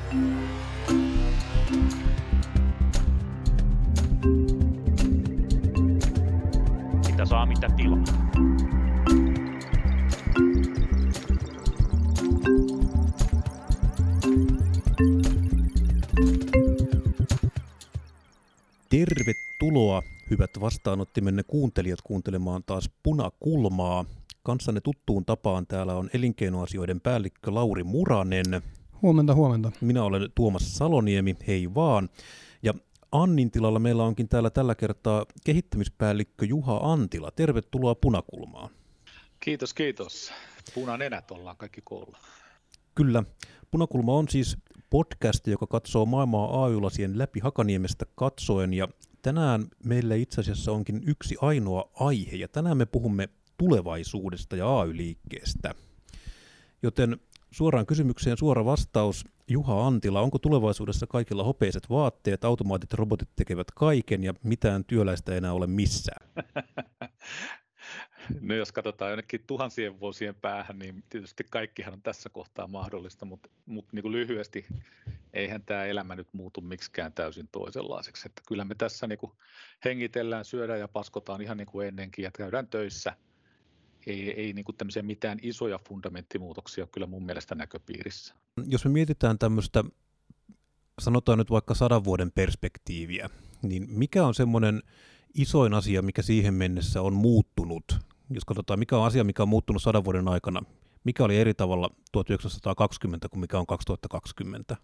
Mitä saa, mitä tilaa. Tervetuloa, hyvät vastaanottimenne kuuntelijat, kuuntelemaan taas Punakulmaa. Kanssanne tuttuun tapaan täällä on elinkeinoasioiden päällikkö Lauri Muranen. Huomenta, huomenta. Minä olen Tuomas Saloniemi, hei vaan. Ja Annin tilalla meillä onkin täällä tällä kertaa kehittämispäällikkö Juha Antila. Tervetuloa Punakulmaan. Kiitos, kiitos. Punanenät ollaan kaikki koolla. Kyllä. Punakulma on siis podcast, joka katsoo maailmaa AY-lasien läpi Hakaniemestä katsoen, ja tänään meillä itse asiassa onkin yksi ainoa aihe, ja tänään me puhumme tulevaisuudesta ja AY-liikkeestä. Joten suoraan kysymykseen suora vastaus, Juha Antila, onko tulevaisuudessa kaikilla hopeiset vaatteet, automaatit ja robotit tekevät kaiken, ja mitään työläistä ei enää ole missään? No jos katsotaan jonnekin tuhansien vuosien päähän, niin tietysti kaikkihan on tässä kohtaa mahdollista, mutta niin kuin lyhyesti eihän tämä elämä nyt muutu miksikään täysin toisenlaiseksi. Että kyllä me tässä niin kuin hengitellään, syödään ja paskotaan ihan niin kuin ennenkin ja käydään töissä. Ei niin kuin tämmöisiä mitään isoja fundamenttimuutoksia ole kyllä mun mielestä näköpiirissä. Jos me mietitään tämmöistä, sanotaan nyt vaikka 100 vuoden perspektiiviä, niin mikä on semmoinen isoin asia, mikä siihen mennessä on muuttunut? Jos katsotaan, mikä on asia, mikä on muuttunut 100 vuoden aikana, mikä oli eri tavalla 1920 kuin mikä on 2020?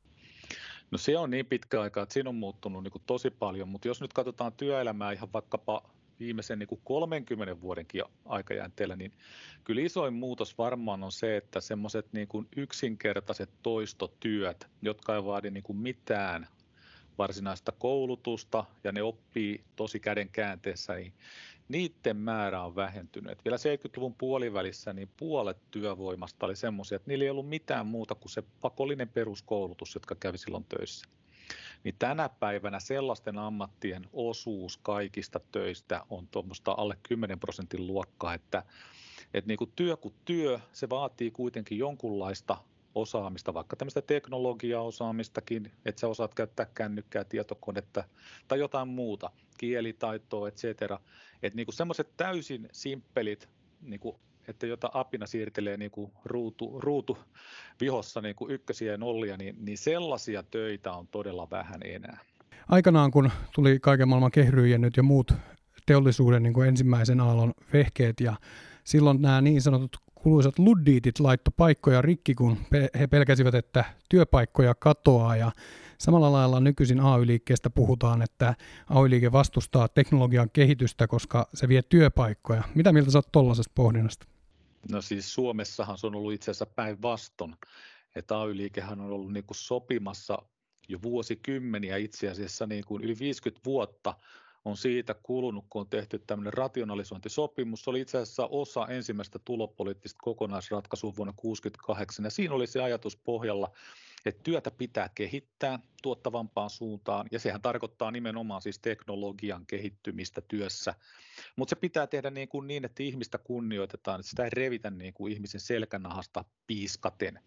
No se on niin pitkä aika, että siinä on muuttunut niin kuin tosi paljon, mutta jos nyt katsotaan työelämää ihan vaikkapa viimeisen niin kuin 30 vuodenkin aikajänteellä, niin kyllä isoin muutos varmaan on se, että semmoiset niin kuin yksinkertaiset toistotyöt, jotka ei vaadi niin kuin mitään varsinaista koulutusta ja ne oppii tosi käden käänteessä, niin niiden määrä on vähentynyt. Vielä 70-luvun puolivälissä niin puolet työvoimasta oli semmoisia, että niillä ei ollut mitään muuta kuin se pakollinen peruskoulutus, jotka kävi silloin töissä. Niin tänä päivänä sellaisten ammattien osuus kaikista töistä on tuommoista alle 10% luokkaa, että niin kuin työ, se vaatii kuitenkin jonkunlaista osaamista, vaikka tämmöistä teknologiaosaamistakin, että sä osaat käyttää kännykkää, tietokonetta tai jotain muuta, kielitaitoa, etc. Että niinku semmoiset täysin simppelit, niinku, että jota apina siirtelee niinku ruutu vihossa niinku ykkösiä ja nollia, niin sellaisia töitä on todella vähän enää. Aikanaan, kun tuli kaiken maailman kehryjännyt ja muut teollisuuden niin kuin ensimmäisen aallon vehkeet, ja silloin nämä niin sanotut kuluisat luddiitit laittoi paikkoja rikki, kun he pelkäsivät, että työpaikkoja katoaa, ja samalla lailla nykyisin AY-liikkeestä puhutaan, että AY-liike vastustaa teknologian kehitystä, koska se vie työpaikkoja. Mitä mieltä sä oot tollaisesta pohdinnasta? No siis Suomessahan se on ollut itse asiassa päinvastoin, että AY-liikehän on ollut niin kuin sopimassa jo vuosikymmeniä itse asiassa niin kuin yli 50 vuotta on siitä kulunut, kun on tehty tämmöinen rationalisointisopimus. Se oli itse asiassa osa ensimmäistä tulopoliittista kokonaisratkaisua vuonna 1968, ja siinä oli se ajatus pohjalla, että työtä pitää kehittää tuottavampaan suuntaan, ja sehän tarkoittaa nimenomaan siis teknologian kehittymistä työssä, mutta se pitää tehdä niin, että ihmistä kunnioitetaan, että sitä ei revitä niin kuin ihmisen selkänahasta piiskaten.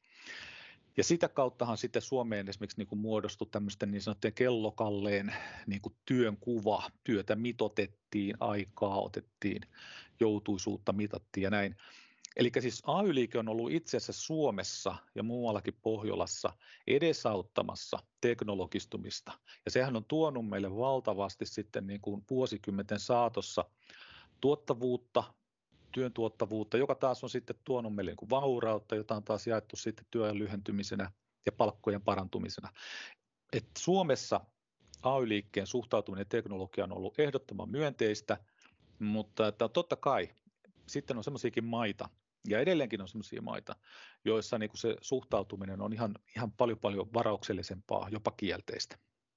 Ja sitä kauttahan sitten Suomeen esimerkiksi niin kuin muodostui tämmöisten niin sanottujen kellokalleen niin kuin työnkuva, työtä mitotettiin, aikaa otettiin, joutuisuutta mitattiin ja näin. Eli siis AY-liike on ollut itse asiassa Suomessa ja muuallakin Pohjolassa edesauttamassa teknologistumista. Ja sehän on tuonut meille valtavasti sitten niin kuin vuosikymmenten saatossa tuottavuutta, työn tuottavuutta, joka taas on sitten tuonut meille niin kuin vaurautta, jota on taas jaettu sitten työajan lyhentymisenä ja palkkojen parantumisena. Et Suomessa AY-liikkeen suhtautuminen teknologiaan on ollut ehdottoman myönteistä, mutta että totta kai sitten on semmoisiakin maita, ja edelleenkin on semmoisia maita, joissa niin kuin se suhtautuminen on ihan paljon varauksellisempaa, jopa kielteistä.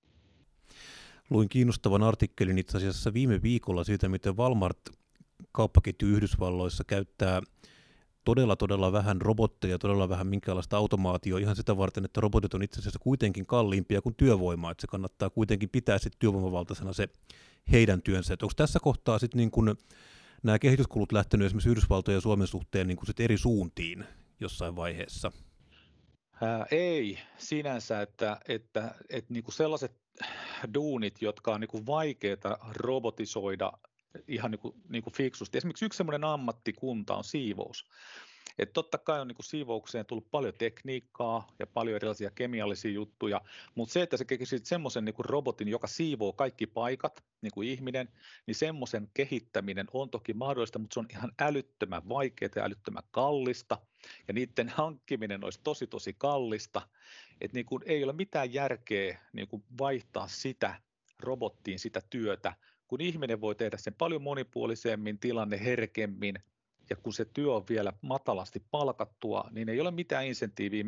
Luin kiinnostavan artikkelin itse asiassa viime viikolla siitä, miten Walmart kauppaketju Yhdysvalloissa käyttää todella vähän robotteja, todella vähän minkäänlaista automaatioa ihan sitä varten, että robotit on itse asiassa kuitenkin kalliimpia kuin työvoima, että se kannattaa kuitenkin pitää sitten työvoimavaltaisena se heidän työnsä. Että onko tässä kohtaa sitten niin kun nämä kehityskulut lähtenyt esimerkiksi Yhdysvaltojen ja Suomen suhteen niin kun sit eri suuntiin jossain vaiheessa? Ei sinänsä, että niin kuin sellaiset duunit, jotka on niin kuin vaikeita robotisoida ihan niin kuin fiksusti. Esimerkiksi yksi semmoinen ammattikunta on siivous. Että totta kai on niin kuin siivoukseen tullut paljon tekniikkaa ja paljon erilaisia kemiallisia juttuja, mutta se, että sä keksisit semmoisen niin kuin robotin, joka siivoo kaikki paikat, niin kuin ihminen, niin semmoisen kehittäminen on toki mahdollista, mutta se on ihan älyttömän vaikeaa ja älyttömän kallista, ja niiden hankkiminen olisi tosi kallista, että niin kuin ei ole mitään järkeä niin kuin vaihtaa sitä robottiin sitä työtä, kun ihminen voi tehdä sen paljon monipuolisemmin, tilanne herkemmin, ja kun se työ on vielä matalasti palkattua, niin ei ole mitään insentiiviä,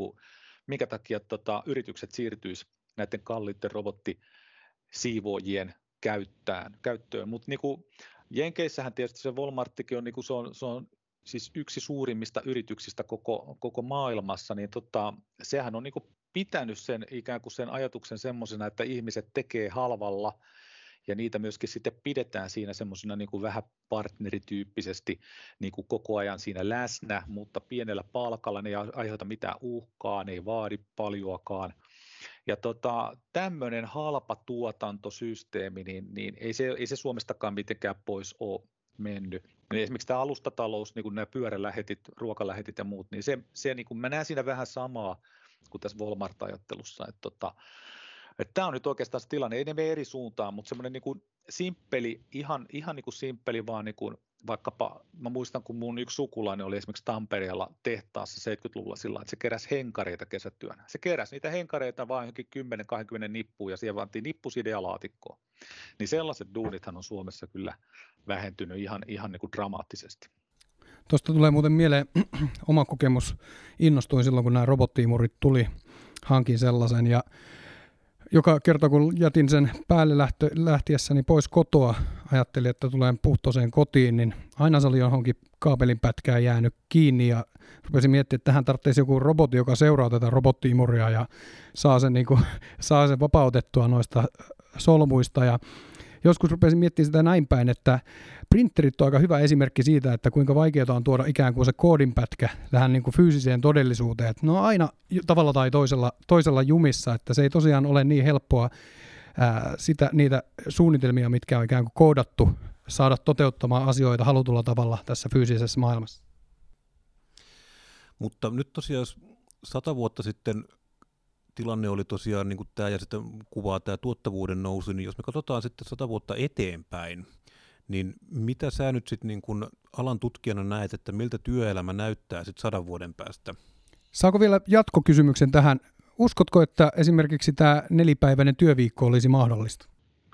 minkä takia yritykset siirtyisi näiden kalliiden robottisiivoojien käyttöön. Mutta niin Jenkeissähän tietysti se Walmarttikin on, niin se on siis yksi suurimmista yrityksistä koko maailmassa, niin sehän on niin pitänyt sen ikään kuin sen ajatuksen semmoisena, että ihmiset tekee halvalla, ja niitä myöskin sitten pidetään siinä semmoisena niin kuin vähän partnerityyppisesti niin kuin koko ajan siinä läsnä, mutta pienellä palkalla, ne ei aiheuta mitään uhkaa, ne ei vaadi paljoakaan. Ja tämmöinen halpa tuotantosysteemi, niin ei se Suomestakaan mitenkään pois ole mennyt. Esimerkiksi tämä alustatalous, niin kuin nämä pyörälähetit, ruokalähetit ja muut, niin se niin kuin mä näen siinä vähän samaa kuin tässä Walmart-ajattelussa, että tämä on nyt oikeastaan se tilanne, ei ne mene eri suuntaan, mutta semmoinen niin kuin simppeli, ihan niin kuin simppeli vaan niin kuin vaikkapa, mä muistan kun mun yksi sukulainen oli esimerkiksi Tampereella tehtaassa 70-luvulla sillä, että se keräsi henkareita kesätyönä. Se keräsi niitä henkareita vaan johonkin 10-20 nippuun ja siihen vantiin nippusidealaatikkoon. Niin sellaiset duunithan on Suomessa kyllä vähentynyt ihan niin kuin dramaattisesti. Tuosta tulee muuten mieleen oma kokemus. Innostuin silloin, kun nämä robottiimurit tuli, hankin sellaisen ja joka kerta, kun jätin sen päälle lähtiessäni pois kotoa, ajattelin, että tulen puhtoiseen kotiin, niin aina se oli johonkin kaapelin pätkään jäänyt kiinni ja rupesin miettimään, että tähän tarvitsisi joku robotti, joka seuraa tätä robottiimuria ja saa sen vapautettua noista solmuista. Ja joskus rupesin miettimään sitä näin päin, että printerit on aika hyvä esimerkki siitä, että kuinka vaikeaa on tuoda ikään kuin se koodinpätkä tähän niin kuin fyysiseen todellisuuteen. Että ne on aina tavalla tai toisella jumissa, että se ei tosiaan ole niin helppoa niitä suunnitelmia, mitkä on ikään kuin koodattu, saada toteuttamaan asioita halutulla tavalla tässä fyysisessä maailmassa. Mutta nyt tosiaan 100 vuotta sitten tilanne oli tosiaan niin kuin tämä ja sitten kuvaa tämä tuottavuuden nousu, niin jos me katsotaan sitten 100 vuotta eteenpäin, niin mitä sä nyt sitten niin kuin alan tutkijana näet, että miltä työelämä näyttää sitten 100 vuoden päästä? Saako vielä jatkokysymyksen tähän? Uskotko, että esimerkiksi tämä 4-päiväinen työviikko olisi mahdollista?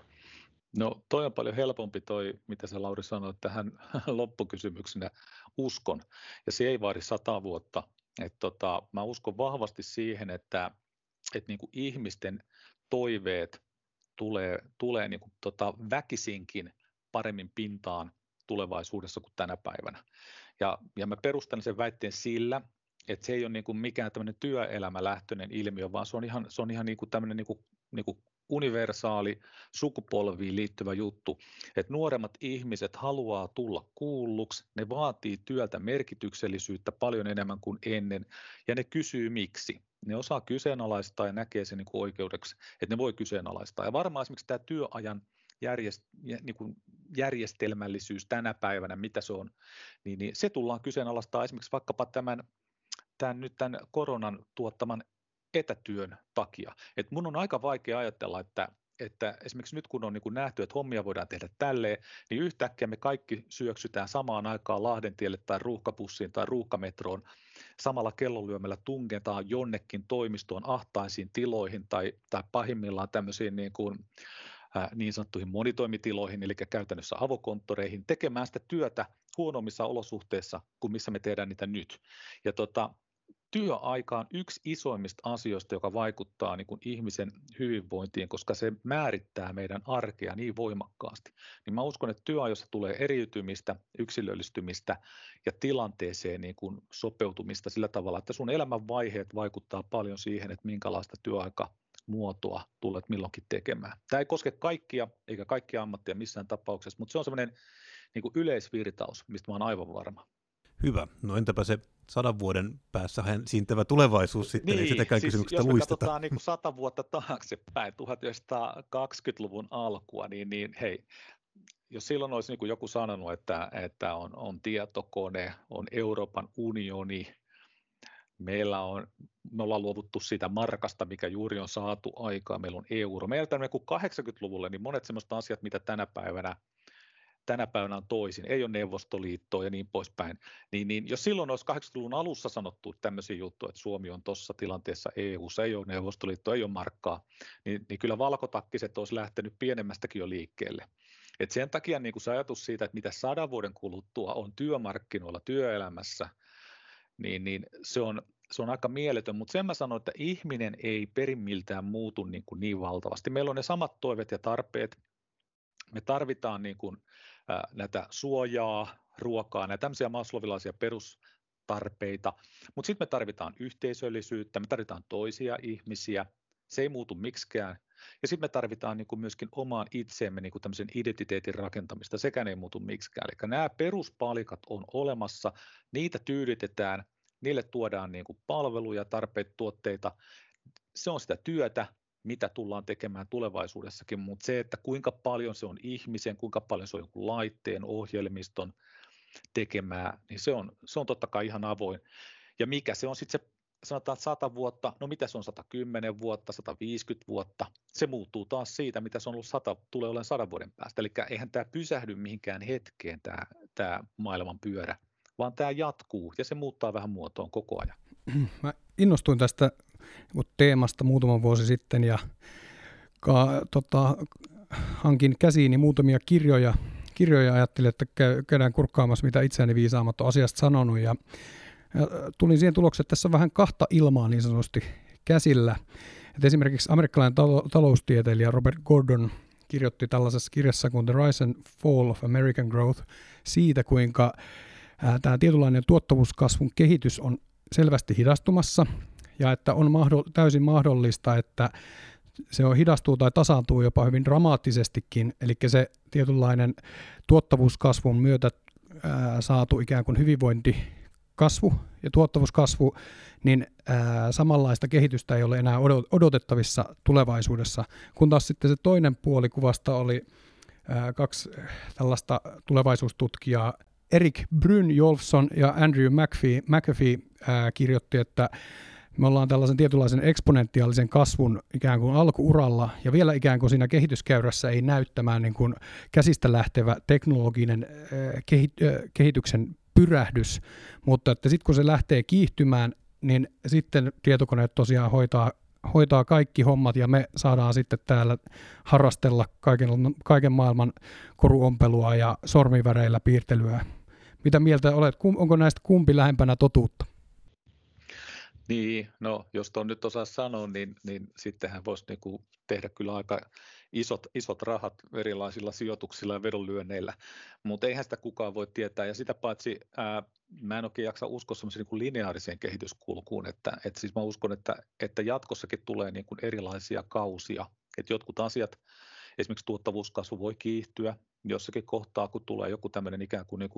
No toi on paljon helpompi mitä sä Lauri sanoit tähän loppukysymyksenä, uskon. Ja se ei vaadi 100 vuotta. Mä uskon vahvasti siihen, että niin kuin ihmisten toiveet tulee niin kuin väkisinkin paremmin pintaan tulevaisuudessa kuin tänä päivänä. Ja mä perustan sen väitteen sillä, että se ei ole niin kuin mikään tämmöinen työelämälähtöinen ilmiö, vaan se on ihan niin kuin tämmöinen niin kuin universaali sukupolviin liittyvä juttu, että nuoremmat ihmiset haluaa tulla kuulluksi, ne vaatii työltä merkityksellisyyttä paljon enemmän kuin ennen, ja ne kysyy miksi. Ne osaa kyseenalaistaa ja näkee sen niin kuin oikeudeksi, että ne voi kyseenalaistaa. Ja varmaan esimerkiksi tämä työajan järjestelmällisyys tänä päivänä, mitä se on, niin se tullaan kyseenalaistaa esimerkiksi vaikkapa tämän koronan tuottaman etätyön takia. Et mun on aika vaikea ajatella, että esimerkiksi nyt kun on niin kuin nähty, että hommia voidaan tehdä tälleen, niin yhtäkkiä me kaikki syöksytään samaan aikaan Lahdentielle tai ruuhkabussiin tai ruuhkametroon. Samalla kellonlyömällä tungetaan jonnekin toimistoon ahtaisiin tiloihin tai pahimmillaan tämmöisiin niin sanottuihin monitoimitiloihin, eli käytännössä avokonttoreihin, tekemään sitä työtä huonommissa olosuhteissa kuin missä me tehdään niitä nyt. Ja työaika on yksi isoimmista asioista, joka vaikuttaa niin kuin ihmisen hyvinvointiin, koska se määrittää meidän arkea niin voimakkaasti. Niin mä uskon, että työajossa tulee eriytymistä, yksilöllistymistä ja tilanteeseen niin kuin sopeutumista sillä tavalla, että sun elämän vaiheet vaikuttaa paljon siihen, että minkälaista työaikamuotoa tulet milloinkin tekemään. Tämä ei koske kaikkia eikä kaikkia ammattia missään tapauksessa, mutta se on semmoinen niin kuin yleisvirtaus, mistä mä oon aivan varma. Hyvä. No entäpä se 100 vuoden päässä siintävä tulevaisuus sitten, Niin, ei sitäkään siis kysymyksestä jos me luisteta. katsotaan niin kuin 100 vuotta taaksepäin, 1920-luvun alkua, niin hei, jos silloin olisi niin kuin joku sanonut, että on tietokone, on Euroopan unioni, me ollaan luovuttu siitä markasta, mikä juuri on saatu aikaa, meillä on euro. Meillä on kuin 80-luvulle, niin monet sellaiset asiat, mitä tänä päivänä on toisin, ei ole Neuvostoliittoa ja niin poispäin, niin jos silloin olisi 80-luvun alussa sanottu tämmöisiä juttuja, että Suomi on tuossa tilanteessa EU:ssa, ei ole Neuvostoliittoa, ei ole markkaa, niin kyllä valkotakkiset olisi lähtenyt pienemmästäkin jo liikkeelle. Et sen takia niin se ajatus siitä, että mitä 100 vuoden kuluttua on työmarkkinoilla, työelämässä, niin se on aika mieletön, mutta sen mä sanon, että ihminen ei perimmiltään muutu niin valtavasti. Meillä on ne samat toiveet ja tarpeet, me tarvitaan näitä suojaa, ruokaa, näitä tämmöisiä maslowilaisia perustarpeita, mutta sitten me tarvitaan yhteisöllisyyttä, me tarvitaan toisia ihmisiä, se ei muutu miksikään. Ja sitten me tarvitaan myöskin omaan itseemme tämmöisen identiteetin rakentamista, sekään ei muutu miksikään. Eli nämä peruspalikat on olemassa, niitä tyydytetään, niille tuodaan palveluja, tarpeita, tuotteita, se on sitä työtä, mitä tullaan tekemään tulevaisuudessakin, mutta se, että kuinka paljon se on ihmisen, kuinka paljon se on jonkun laitteen, ohjelmiston tekemää, niin se on totta kai ihan avoin. Ja mikä se on sitten se, sanotaan 100 vuotta, no mitä se on 110 vuotta, 150 vuotta, se muuttuu taas siitä, mitä se on ollut tulee olemaan 100 vuoden päästä. Eli eihän tämä pysähdy mihinkään hetkeen tämä maailman pyörä, vaan tämä jatkuu ja se muuttaa vähän muotoon koko ajan. Mä innostuin tästä teemasta muutama vuosi sitten ja hankin käsiini muutamia kirjoja ajattelin, että käydään kurkkaamassa, mitä itseäni viisaamatta on asiasta sanonut ja tulin siihen tulokseen, että tässä on vähän kahta ilmaa niin sanotusti käsillä. Et esimerkiksi amerikkalainen taloustieteilijä Robert Gordon kirjoitti tällaisessa kirjassa kuin The Rise and Fall of American Growth siitä, kuinka tämä tietynlainen tuottavuuskasvun kehitys on selvästi hidastumassa ja että on täysin mahdollista, että se on hidastuu tai tasaantuu jopa hyvin dramaattisestikin, eli se tietynlainen tuottavuuskasvun myötä saatu ikään kuin hyvinvointikasvu ja tuottavuuskasvu, niin samanlaista kehitystä ei ole enää odotettavissa tulevaisuudessa, kun taas sitten se toinen puoli kuvasta oli kaksi tällaista tulevaisuustutkijaa, Erik Brynjolfsson ja Andrew McAfee kirjoitti, että me ollaan tällaisen tietynlaisen eksponentiaalisen kasvun ikään kuin alkuuralla ja vielä ikään kuin siinä kehityskäyrässä ei näyttämään niin kuin käsistä lähtevä teknologinen kehityksen pyrähdys, mutta että sitten kun se lähtee kiihtymään, niin sitten tietokoneet tosiaan hoitaa kaikki hommat ja me saadaan sitten täällä harrastella kaiken maailman koruompelua ja sormiväreillä piirtelyä. Mitä mieltä olet? Onko näistä kumpi lähempänä totuutta? Niin, no jos tuon nyt osaa sanoa, niin sittenhän voisi tehdä kyllä aika isot rahat erilaisilla sijoituksilla ja vedonlyönneillä, mutta eihän sitä kukaan voi tietää, ja sitä paitsi mä en oikein jaksa uskoa semmoiseen lineaariseen kehityskulkuun, että siis mä uskon, että jatkossakin tulee erilaisia kausia, että jotkut asiat, esimerkiksi tuottavuuskasvu voi kiihtyä jossakin kohtaa, kun tulee joku tämmöinen ikään kuin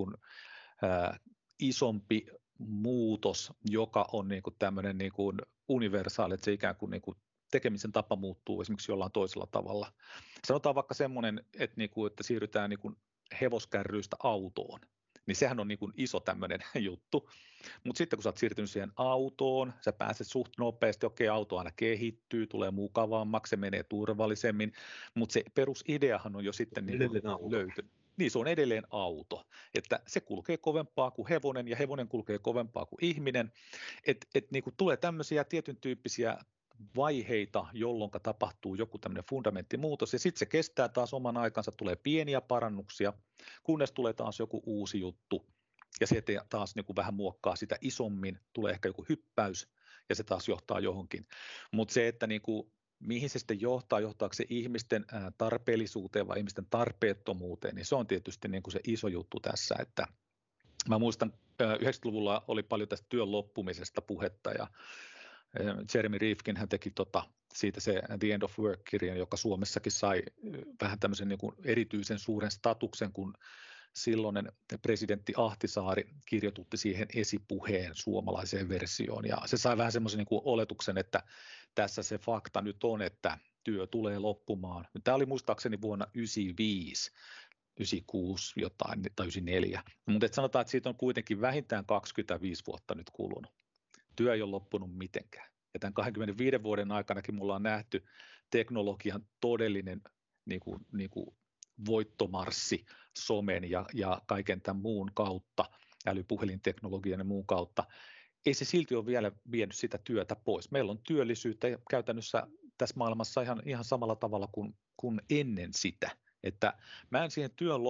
isompi muutos, joka on tämmöinen universaali, että se ikään kuin tekemisen tapa muuttuu esimerkiksi jollain toisella tavalla. Sanotaan vaikka semmoinen, että siirrytään hevoskärryistä autoon, niin sehän on iso tämmöinen juttu, mutta sitten kun sä oot siirtynyt siihen autoon, sä pääset suht nopeasti, okei, auto aina kehittyy, tulee mukavammaksi, se menee turvallisemmin, mutta se perusideahan on jo sitten löytynyt. Niin se on edelleen auto, että se kulkee kovempaa kuin hevonen ja hevonen kulkee kovempaa kuin ihminen, että tulee tämmöisiä tietyn tyyppisiä vaiheita, jolloin tapahtuu joku tämmöinen fundamenttimuutos ja sitten se kestää taas oman aikansa, tulee pieniä parannuksia, kunnes tulee taas joku uusi juttu ja se taas vähän muokkaa sitä isommin, tulee ehkä joku hyppäys ja se taas johtaa johonkin, mutta se, että mihin se sitten johtaako se ihmisten tarpeellisuuteen vai ihmisten tarpeettomuuteen, niin se on tietysti se iso juttu tässä, että mä muistan 90-luvulla oli paljon tästä työn loppumisesta puhetta ja Jeremy Rifkin hän teki siitä se The End of Work -kirjan, joka Suomessakin sai vähän tämmöisen erityisen suuren statuksen, kun silloinen presidentti Ahtisaari kirjoitutti siihen esipuheen suomalaiseen versioon, ja se sai vähän semmoisen niin kuin oletuksen, että tässä se fakta nyt on, että työ tulee loppumaan. Tämä oli muistaakseni vuonna 1995, 96 jotain tai 94, mutta sanotaan, että siitä on kuitenkin vähintään 25 vuotta nyt kulunut. Työ ei ole loppunut mitenkään. Ja tämän 25 vuoden aikanakin mulla on nähty teknologian todellinen niin kuin voittomarssi somen ja kaiken tämän muun kautta, älypuhelinteknologian ja muun kautta. Ei se silti ole vielä vienyt sitä työtä pois. Meillä on työllisyyttä käytännössä tässä maailmassa ihan samalla tavalla kuin ennen sitä. Että mä en siihen työn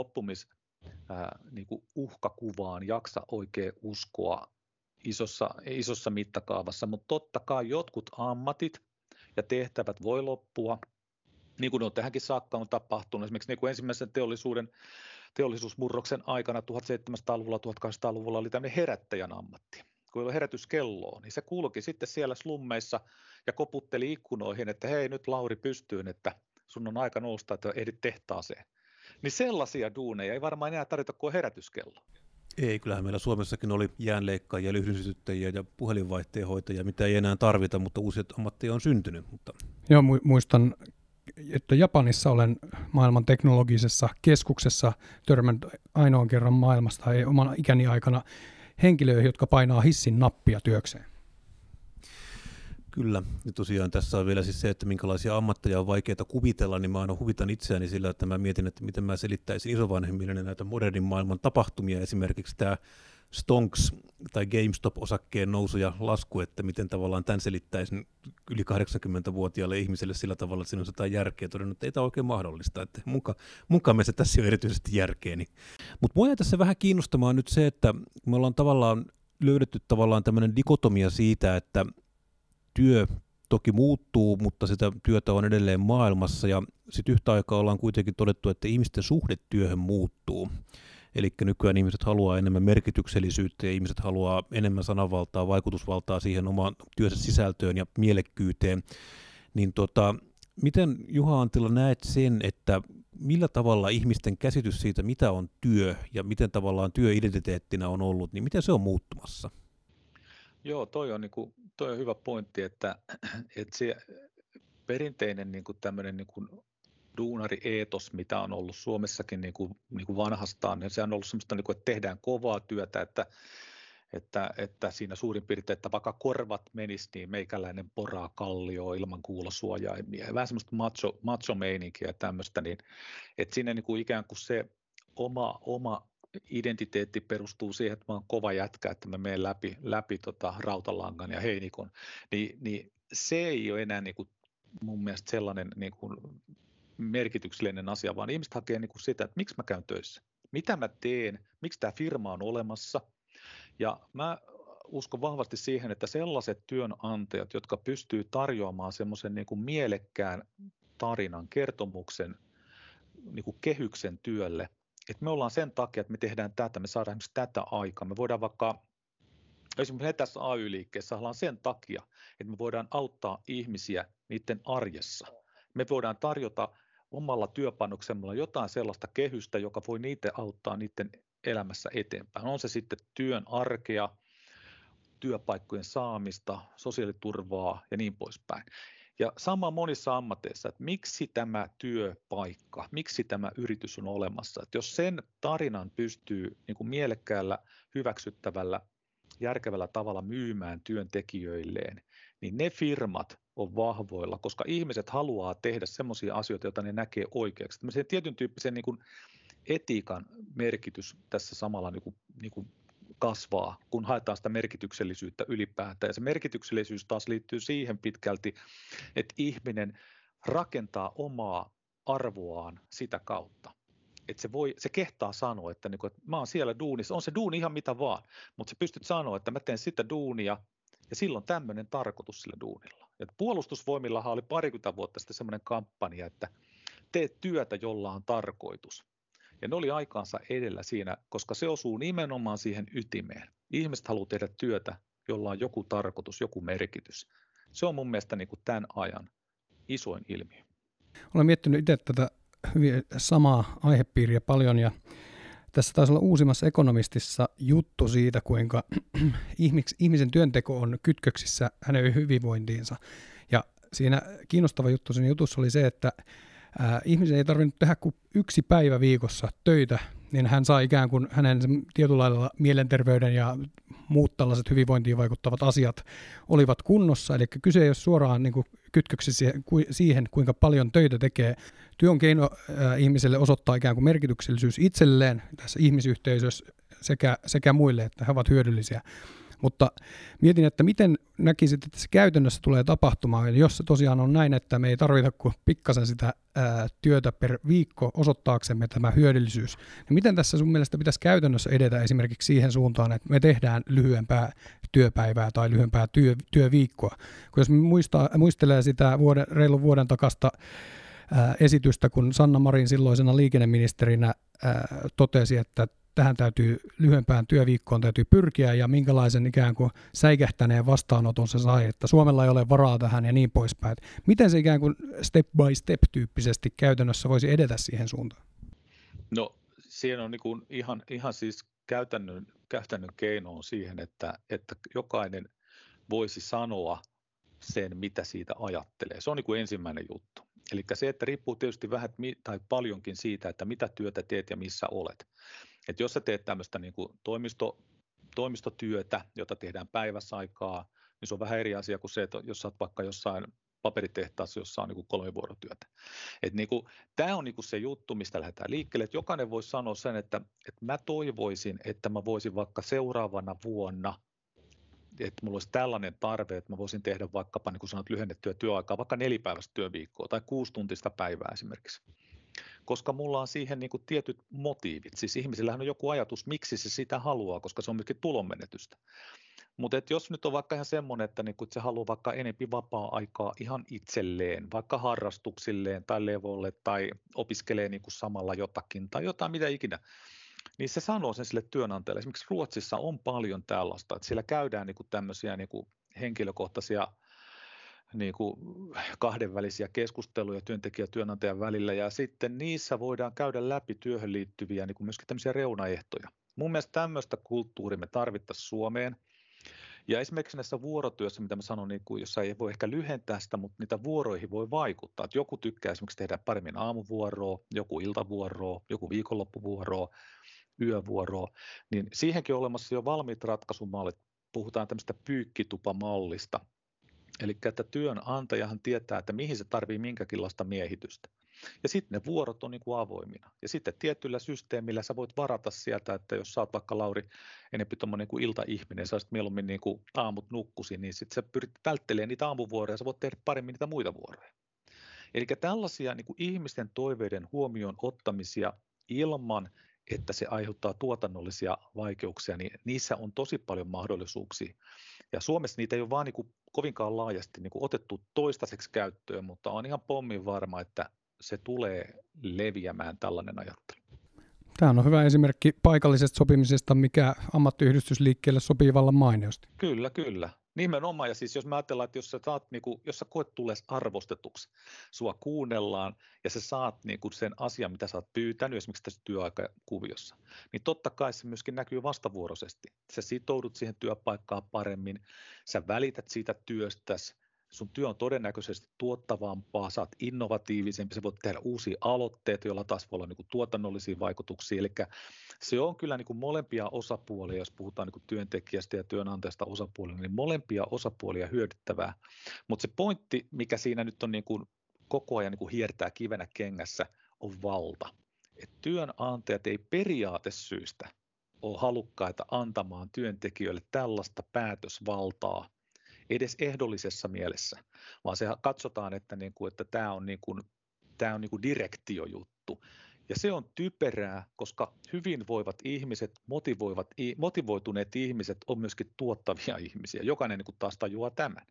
niin kuin uhkakuvaan jaksa oikein uskoa isossa mittakaavassa, mutta totta kai jotkut ammatit ja tehtävät voi loppua, niin kuin on tähänkin saakka on tapahtunut. Esimerkiksi niin kuin ensimmäisen teollisuusmurroksen aikana 1700-luvulla, 1800-luvulla oli tämmöinen herättäjän ammatti. Kun ei ole herätyskelloa, niin se kulki sitten siellä slummeissa ja koputteli ikkunoihin, että hei nyt Lauri pystyyn, että sun on aika nousta, että ehdit tehtaaseen. Niin sellaisia duuneja ei varmaan enää tarvita kuin herätyskello. Ei, kyllähän meillä Suomessakin oli jäänleikkaajia, lyhdynsytyttäjiä ja puhelinvaihteenhoitajia, mitä ei enää tarvita, mutta uusia ammatteja on syntynyt. Mutta... Joo, muistan, että Japanissa olen maailman teknologisessa keskuksessa törmännyt ainoan kerran maailmasta ei oman ikäni aikana henkilöihin, jotka painaa hissin nappia työkseen. Kyllä, ja tosiaan tässä on vielä siis se, että minkälaisia ammatteja on vaikeaa kuvitella, niin mä aina huvitan itseäni sillä, että mä mietin, että miten mä selittäisin isovanhemmille näitä modernin maailman tapahtumia, esimerkiksi tämä Stonks tai GameStop-osakkeen nousu ja lasku, että miten tavallaan tämän selittäisin yli 80-vuotiaalle ihmiselle sillä tavalla, että siinä on jotain järkeä, todennut, että ei tämä oikein mahdollista, että mukaan me se tässä on erityisesti järkeä. Mutta mua jäi tässä vähän kiinnostamaan nyt se, että me ollaan tavallaan löydetty tavallaan tämmöinen dikotomia siitä, että työ toki muuttuu, mutta sitä työtä on edelleen maailmassa ja sitten yhtä aikaa ollaan kuitenkin todettu, että ihmisten suhde työhön muuttuu. Eli nykyään ihmiset haluaa enemmän merkityksellisyyttä ja ihmiset haluaa enemmän sananvaltaa, vaikutusvaltaa siihen omaan työnsä sisältöön ja mielekkyyteen. Niin miten Juha Anttila näet sen, että millä tavalla ihmisten käsitys siitä, mitä on työ ja miten tavallaan työidentiteettinä on ollut, niin miten se on muuttumassa? Joo, toi on hyvä pointti, että se perinteinen tämmöinen duunari-eetos, mitä on ollut Suomessakin niin kuin vanhastaan, niin se on ollut semmoista, että tehdään kovaa työtä, että siinä suurin piirtein, että vaikka korvat menisi, niin meikäläinen poraa kallioon ilman kuulosuojaimia. Vähän semmoista macho-meininkiä ja tämmöistä, niin että siinä niin kuin ikään kuin se oma identiteetti perustuu siihen, että mä oon kova jätkä, että mä menen läpi rautalangan ja heinikon, niin se ei ole enää niin kuin mun mielestä sellainen niin kuin merkityksellinen asia, vaan ihmiset hakee niin kuin sitä, että miksi mä käyn töissä, mitä mä teen, miksi tämä firma on olemassa. Ja mä uskon vahvasti siihen, että sellaiset työnantajat, jotka pystyy tarjoamaan semmoisen niin kuin mielekkään tarinan, kertomuksen, niin kuin kehyksen työlle, että me ollaan sen takia, että me tehdään tätä, me saadaan esimerkiksi tätä aikaa. Me voidaan vaikka, esimerkiksi me tässä AY-liikkeessä ollaan sen takia, että me voidaan auttaa ihmisiä niiden arjessa. Me voidaan tarjota omalla työpanoksella jotain sellaista kehystä, joka voi niitä auttaa niiden elämässä eteenpäin. On se sitten työn arkea, työpaikkojen saamista, sosiaaliturvaa ja niin poispäin. Ja sama monissa ammateissa, että miksi tämä työpaikka, miksi tämä yritys on olemassa. Että jos sen tarinan pystyy niin kuin mielekkäällä, hyväksyttävällä, järkevällä tavalla myymään työntekijöilleen, niin ne firmat on vahvoilla, koska ihmiset haluaa tehdä semmoisia asioita, joita ne näkee oikeaksi. Tämmöisen tietyn tyyppisen niin kuin etiikan merkitys tässä samalla niin kuin kasvaa, kun haetaan sitä merkityksellisyyttä ylipäätään. Ja se merkityksellisyys taas liittyy siihen pitkälti, että ihminen rakentaa omaa arvoaan sitä kautta. Että se kehtaa sanoa, että mä oon siellä duunissa, on se duuni ihan mitä vaan, mutta sä pystyt sanoa, että mä teen sitä duunia ja silloin tämmöinen tarkoitus sillä duunilla. Et Puolustusvoimillahan oli 20 vuotta sitten semmoinen kampanja, että tee työtä, jolla on tarkoitus. Ja ne oli aikaansa edellä siinä, koska se osuu nimenomaan siihen ytimeen. Ihmiset haluaa tehdä työtä, jolla on joku tarkoitus, joku merkitys. Se on mun mielestä niin kuin tämän ajan isoin ilmiö. Olen miettinyt itse tätä hyvin samaa aihepiiriä paljon ja Tässä taisi olla uusimmassa Ekonomistissa juttu siitä, kuinka ihmisen työnteko on kytköksissä hänen hyvinvointiinsa. Ja siinä kiinnostava juttu siinä jutussa oli se, että ihmisen ei tarvinnut tehdä kuin 1 päivä viikossa töitä, niin hän saa ikään kuin hänen tietyllä lailla mielenterveyden ja muut tällaiset hyvinvointiin vaikuttavat asiat olivat kunnossa. Eli kyse ei ole suoraan niin kuin kytköksissä siihen, kuinka paljon töitä tekee. Työ on keino ihmiselle osoittaa ikään kuin merkityksellisyys itselleen tässä ihmisyhteisössä sekä muille, että he ovat hyödyllisiä. Mutta mietin, että miten näkisit, että se käytännössä tulee tapahtumaan, eli jos se tosiaan on näin, että me ei tarvita kuin pikkasen sitä työtä per viikko osoittaaksemme tämä hyödyllisyys, niin miten tässä sun mielestä pitäisi käytännössä edetä esimerkiksi siihen suuntaan, että me tehdään lyhyempää työpäivää tai lyhyempää työviikkoa? Kun jos muistelee sitä reilun vuoden takasta esitystä, kun Sanna Marin silloisena liikenneministerinä totesi, että tähän lyhyempään työviikkoon täytyy pyrkiä ja minkälaisen ikään kuin säikähtäneen vastaanoton se sai, että Suomella ei ole varaa tähän ja niin poispäin. Miten se ikään kuin step by step tyyppisesti käytännössä voisi edetä siihen suuntaan? No siinä on niin kuin ihan siis käytännön keino on siihen, että jokainen voisi sanoa sen, mitä siitä ajattelee. Se on niin kuin ensimmäinen juttu. Eli se, että riippuu tietysti vähän tai paljonkin siitä, että mitä työtä teet ja missä olet. Että jos sä teet tämmöistä niin kuin toimistotyötä, jota tehdään päiväsaikaa, niin se on vähän eri asia kuin se, että jos sä oot vaikka jossain paperitehtaassa, jossa on niin kuin 3 vuorotyötä. Että niin kuin, tämä on niin kuin se juttu, mistä lähdetään liikkeelle, että jokainen voisi sanoa sen, että mä toivoisin, että mä voisin vaikka seuraavana vuonna, että mulla olisi tällainen tarve, että mä voisin tehdä vaikkapa, niin kuin sanot, lyhennettyä työaikaa, vaikka 4-päiväistä työviikkoa tai 6-tuntista päivää esimerkiksi. Koska mulla on siihen niin kuin tietyt motiivit. Siis ihmisillähän on joku ajatus, miksi se sitä haluaa, koska se on myöskin tulonmenetystä. Mutta jos nyt on vaikka ihan semmoinen, että niinku, se haluaa vaikka enempi vapaa-aikaa ihan itselleen, vaikka harrastuksilleen tai levolle tai opiskelee niinku samalla jotakin tai jotain mitä ikinä, niin se sanoo sen sille työnantajalle. Esimerkiksi Ruotsissa on paljon tällaista, että siellä käydään niinku tämmöisiä niinku henkilökohtaisia niinku kahdenvälisiä keskusteluja työntekijä ja työnantajan välillä, ja sitten niissä voidaan käydä läpi työhön liittyviä niinku myöskin tämmöisiä reunaehtoja. Mun mielestä tämmöistä kulttuuria me tarvittaisiin Suomeen. Ja esimerkiksi näissä vuorotyössä, mitä mä sanon, niin jossa ei voi ehkä lyhentää sitä, mutta niitä vuoroihin voi vaikuttaa. Että joku tykkää esimerkiksi tehdä paremmin aamuvuoroa, joku iltavuoroa, joku viikonloppuvuoroa, yövuoroa, niin siihenkin on olemassa jo valmiit ratkaisumallit. Puhutaan tämmöistä pyykkitupamallista. Eli että työnantajahan tietää, että mihin se tarvitsee minkäkinlaista miehitystä. Ja sitten ne vuorot on niin kuin avoimina. Ja sitten tietyllä systeemillä sä voit varata sieltä, että jos sä oot vaikka Lauri enemmän tuommoinen kuin iltaihminen, sä olisit mieluummin niin kuin aamut nukkusi, niin sitten sä pyrit välttelemään niitä aamuvuoroja ja sä voit tehdä paremmin niitä muita vuoroja. Eli tällaisia niin kuin ihmisten toiveiden huomioon ottamisia ilman, että se aiheuttaa tuotannollisia vaikeuksia, niin niissä on tosi paljon mahdollisuuksia. Ja Suomessa niitä ei ole vaan niin kuin kovinkaan laajasti niin kuin otettu toistaiseksi käyttöön, mutta on ihan pommin varma, että se tulee leviämään tällainen ajattelu. Tämä on hyvä esimerkki paikallisesta sopimisesta, mikä ammattiyhdistysliikkeelle sopii vallan mainiosti. Kyllä, kyllä. Nimenomaan, ja siis jos mä ajatellaan, että jos sä koet tulleesi arvostetuksi, sua kuunnellaan ja sä saat sen asian, mitä sä oot pyytänyt, esimerkiksi tässä työaikakuviossa, niin totta kai se myöskin näkyy vastavuoroisesti. Sä sitoudut siihen työpaikkaan paremmin, sä välität siitä työstäsi, sun työ on todennäköisesti tuottavampaa, sä oot innovatiivisempi, sä voit tehdä uusia aloitteita, joilla taas voi olla tuotannollisia vaikutuksia. Eli se on kyllä molempia osapuolia, jos puhutaan työntekijästä ja työnantajasta osapuolina, niin molempia osapuolia hyödyttävää. Mutta se pointti, mikä siinä nyt on koko ajan hiertää kivenä kengässä, on valta. Et työnantajat ei periaatesyistä ole halukkaita antamaan työntekijöille tällaista päätösvaltaa, edes ehdollisessa mielessä, vaan se katsotaan, että tämä on direktiojuttu. Ja se on typerää, koska hyvinvoivat ihmiset, motivoituneet ihmiset on myöskin tuottavia ihmisiä. Jokainen taas tajuaa tämän.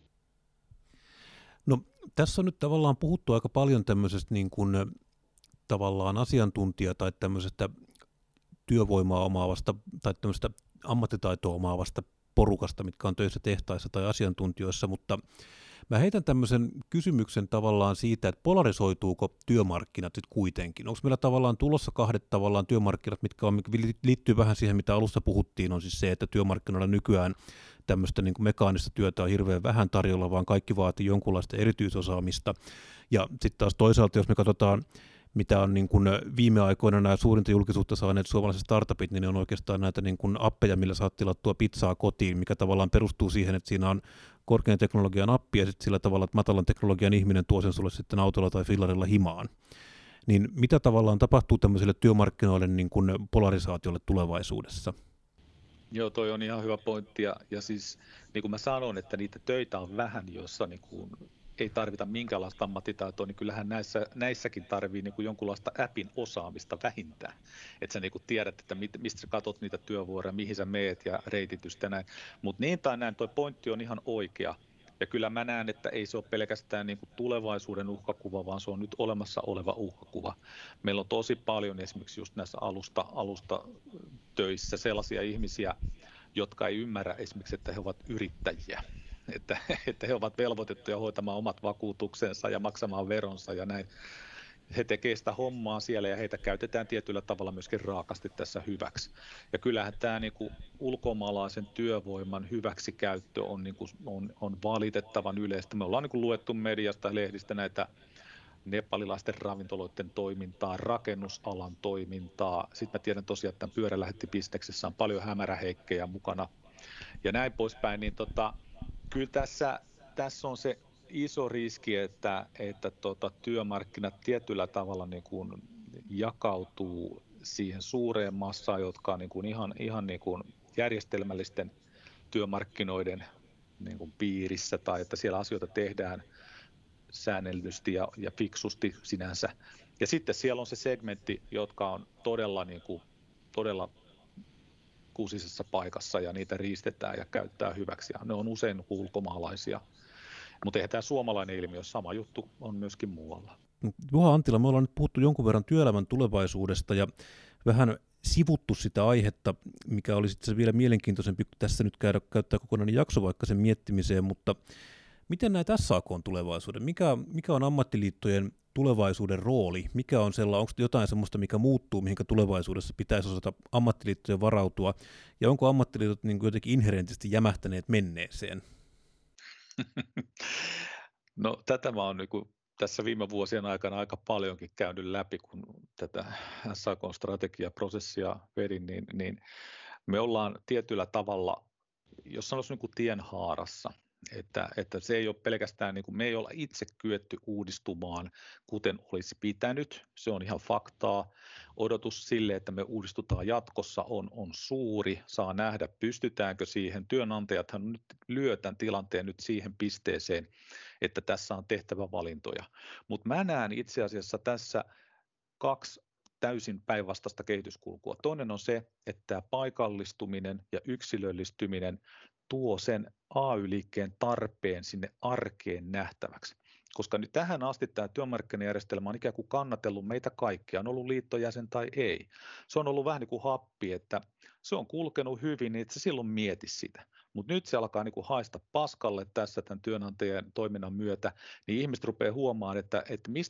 No tässä on nyt tavallaan puhuttu aika paljon tämmöisestä tavallaan asiantuntija- tai tämmöisestä työvoimaa omaavasta tai tämmöisestä ammattitaitoa omaavasta porukasta, mitkä on töissä tehtaissa tai asiantuntijoissa, mutta Mä heitän tämmöisen kysymyksen tavallaan siitä, että polarisoituuko työmarkkinat sitten kuitenkin? Onko meillä tavallaan tulossa kahdet tavallaan työmarkkinat, mitkä liittyy vähän siihen, mitä alussa puhuttiin, on siis se, että työmarkkinoilla nykyään tämmöistä niin kuin mekaanista työtä on hirveän vähän tarjolla, vaan kaikki vaatii jonkunlaista erityisosaamista. Ja sitten taas toisaalta, jos me katsotaan, mitä on niin kuin viime aikoina nämä suurinta julkisuutta saaneet suomalaiset startupit, niin ne on oikeastaan näitä niin kuin appeja, millä saat tilattua pizzaa kotiin, mikä tavallaan perustuu siihen, että siinä on korkean teknologian appi ja sitten sillä tavalla, että matalan teknologian ihminen tuo sen sulle sitten autolla tai fillarilla himaan. Niin mitä tavallaan tapahtuu tämmöiselle työmarkkinoille niin kuin polarisaatiolle tulevaisuudessa? Joo, toi on ihan hyvä pointti ja siis niin kuin mä sanon, että niitä töitä on vähän, joissa niin kuin ei tarvita minkäänlaista ammattitaitoa, niin kyllähän näissäkin tarvii niin kuin jonkunlaista appin osaamista vähintään. Että sä niin kuin tiedät, että mistä sä katot niitä työvuoroja, mihin sä meet ja reititystä näin. Mutta niin tai näin, toi pointti on ihan oikea. Ja kyllä mä näen, että ei se ole pelkästään niin kuin tulevaisuuden uhkakuva, vaan se on nyt olemassa oleva uhkakuva. Meillä on tosi paljon esimerkiksi just näissä alustatöissä sellaisia ihmisiä, jotka ei ymmärrä esimerkiksi, että he ovat yrittäjiä. Että he ovat velvoitettuja hoitamaan omat vakuutuksensa ja maksamaan veronsa ja näin. He tekevät sitä hommaa siellä ja heitä käytetään tietyllä tavalla myöskin raakasti tässä hyväksi. Ja kyllähän tämä niin kuin ulkomaalaisen työvoiman hyväksikäyttö on valitettavan yleistä. Me ollaan niin kuin luettu mediasta, lehdistä näitä nepalilaisten ravintoloiden toimintaa, rakennusalan toimintaa. Sitten mä tiedän tosiaan, että pyörälähettibisneksessä on paljon hämäräheikkejä mukana ja näin poispäin. Niin kyllä tässä on se iso riski, että työmarkkinat tietyllä tavalla niin kuin jakautuu siihen suureen massaan, jotka on niin kuin ihan niin kuin järjestelmällisten työmarkkinoiden niin kuin piirissä tai että siellä asioita tehdään säännellysti ja fiksusti sinänsä. Ja sitten siellä on se segmentti, jotka on todella kuusisessa paikassa ja niitä riistetään ja käyttää hyväksi. Ja ne on usein ulkomaalaisia. Mutta eihän tämä suomalainen ilmiö, sama juttu on myöskin muualla. Juha Anttila, me ollaan nyt puhuttu jonkun verran työelämän tulevaisuudesta ja vähän sivuttu sitä aihetta, mikä olisi itse vielä mielenkiintoisempi tässä nyt käyttää kokonainen jakso vaikka sen miettimiseen, mutta miten näet SAK:n tulevaisuuden? Mikä on ammattiliittojen tulevaisuuden rooli? Mikä on onko jotain sellaista, mikä muuttuu, mihinkä tulevaisuudessa pitäisi osata ammattiliittojen varautua? Ja onko ammattiliitot niin kuin jotenkin inherentisti jämähtäneet menneeseen? No tätä mä oon niin tässä viime vuosien aikana aika paljonkin käynyt läpi, kun tätä SAK:n strategiaprosessia vedin, niin me ollaan tietyllä tavalla, jos sanoisi niin kuin tienhaarassa, että se ei ole pelkästään, niin kuin me ei olla itse kyetty uudistumaan, kuten olisi pitänyt, se on ihan faktaa. Odotus sille, että me uudistutaan jatkossa on suuri, saa nähdä pystytäänkö siihen. Työnantajathan nyt lyö tämän tilanteen nyt siihen pisteeseen, että tässä on tehtävä valintoja. Mutta mä näen itse asiassa tässä kaksi täysin päinvastaista kehityskulkua. Toinen on se, että paikallistuminen ja yksilöllistyminen tuo sen AY-liikkeen tarpeen sinne arkeen nähtäväksi. Koska nyt tähän asti tämä työmarkkinajärjestelmä on ikään kuin kannatellut meitä kaikkia, on ollut liittojäsen tai ei. Se on ollut vähän niin kuin happi, että se on kulkenut hyvin, niin et sä silloin mieti sitä. Mutta nyt se alkaa niin kuin haista paskalle tässä tämän työnantajan toiminnan myötä, niin ihmiset rupeaa huomaamaan, että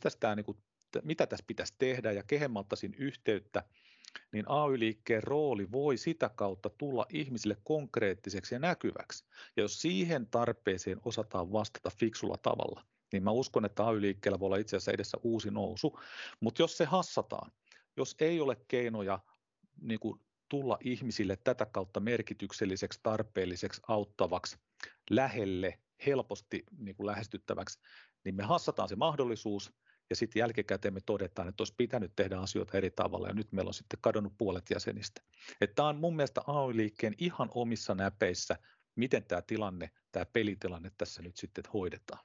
mitä tässä pitäisi tehdä ja kehen mä ottaisin yhteyttä. Niin AY-liikkeen rooli voi sitä kautta tulla ihmisille konkreettiseksi ja näkyväksi. Ja jos siihen tarpeeseen osataan vastata fiksulla tavalla, niin mä uskon, että AY-liikkeellä voi olla itse asiassa edessä uusi nousu. Mutta jos se hassataan, jos ei ole keinoja niin kuin tulla ihmisille tätä kautta merkitykselliseksi, tarpeelliseksi, auttavaksi, lähelle, helposti niin kuin lähestyttäväksi, niin me hassataan se mahdollisuus. Ja sitten jälkikäteen me todetaan, että olisi pitänyt tehdä asioita eri tavalla ja nyt meillä on sitten kadonnut puolet jäsenistä. Tämä on mun mielestä AY-liikkeen ihan omissa näpeissä, miten tämä pelitilanne tässä nyt sitten hoidetaan.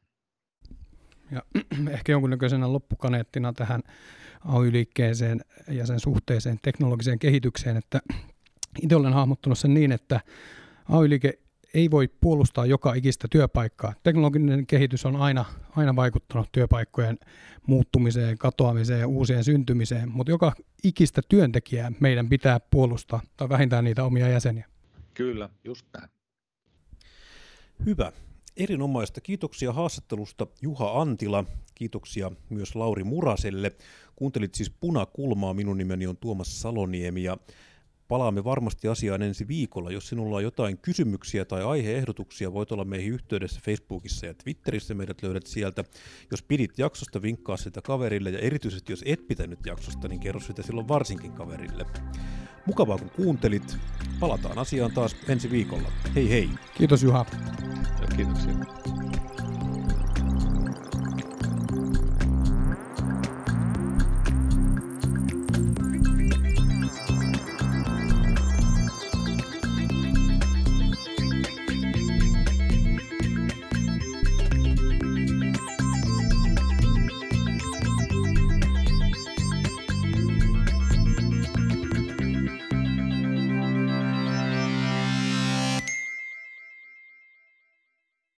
Ja ehkä jonkunnäköisenä loppukaneettina tähän AY-liikkeeseen ja sen suhteeseen teknologiseen kehitykseen, että itse olen hahmottanut sen niin, että AY-liike ei voi puolustaa joka ikistä työpaikkaa. Teknologinen kehitys on aina vaikuttanut työpaikkojen muuttumiseen, katoamiseen ja uusien syntymiseen, mutta joka ikistä työntekijää meidän pitää puolustaa, tai vähintään niitä omia jäseniä. Kyllä, just näin. Hyvä. Erinomaista. Kiitoksia haastattelusta Juha Antila. Kiitoksia myös Lauri Muraselle. Kuuntelit siis Punakulmaa. Minun nimeni on Tuomas Saloniemi ja palaamme varmasti asiaan ensi viikolla. Jos sinulla on jotain kysymyksiä tai aiheehdotuksia, voit olla meihin yhteydessä Facebookissa ja Twitterissä. Meidät löydät sieltä. Jos pidit jaksosta, vinkkaa sitä kaverille ja erityisesti jos et pitänyt jaksosta, niin kerro sitä silloin varsinkin kaverille. Mukavaa kun kuuntelit. Palataan asiaan taas ensi viikolla. Hei hei. Kiitos Juha. Ja kiitoksia.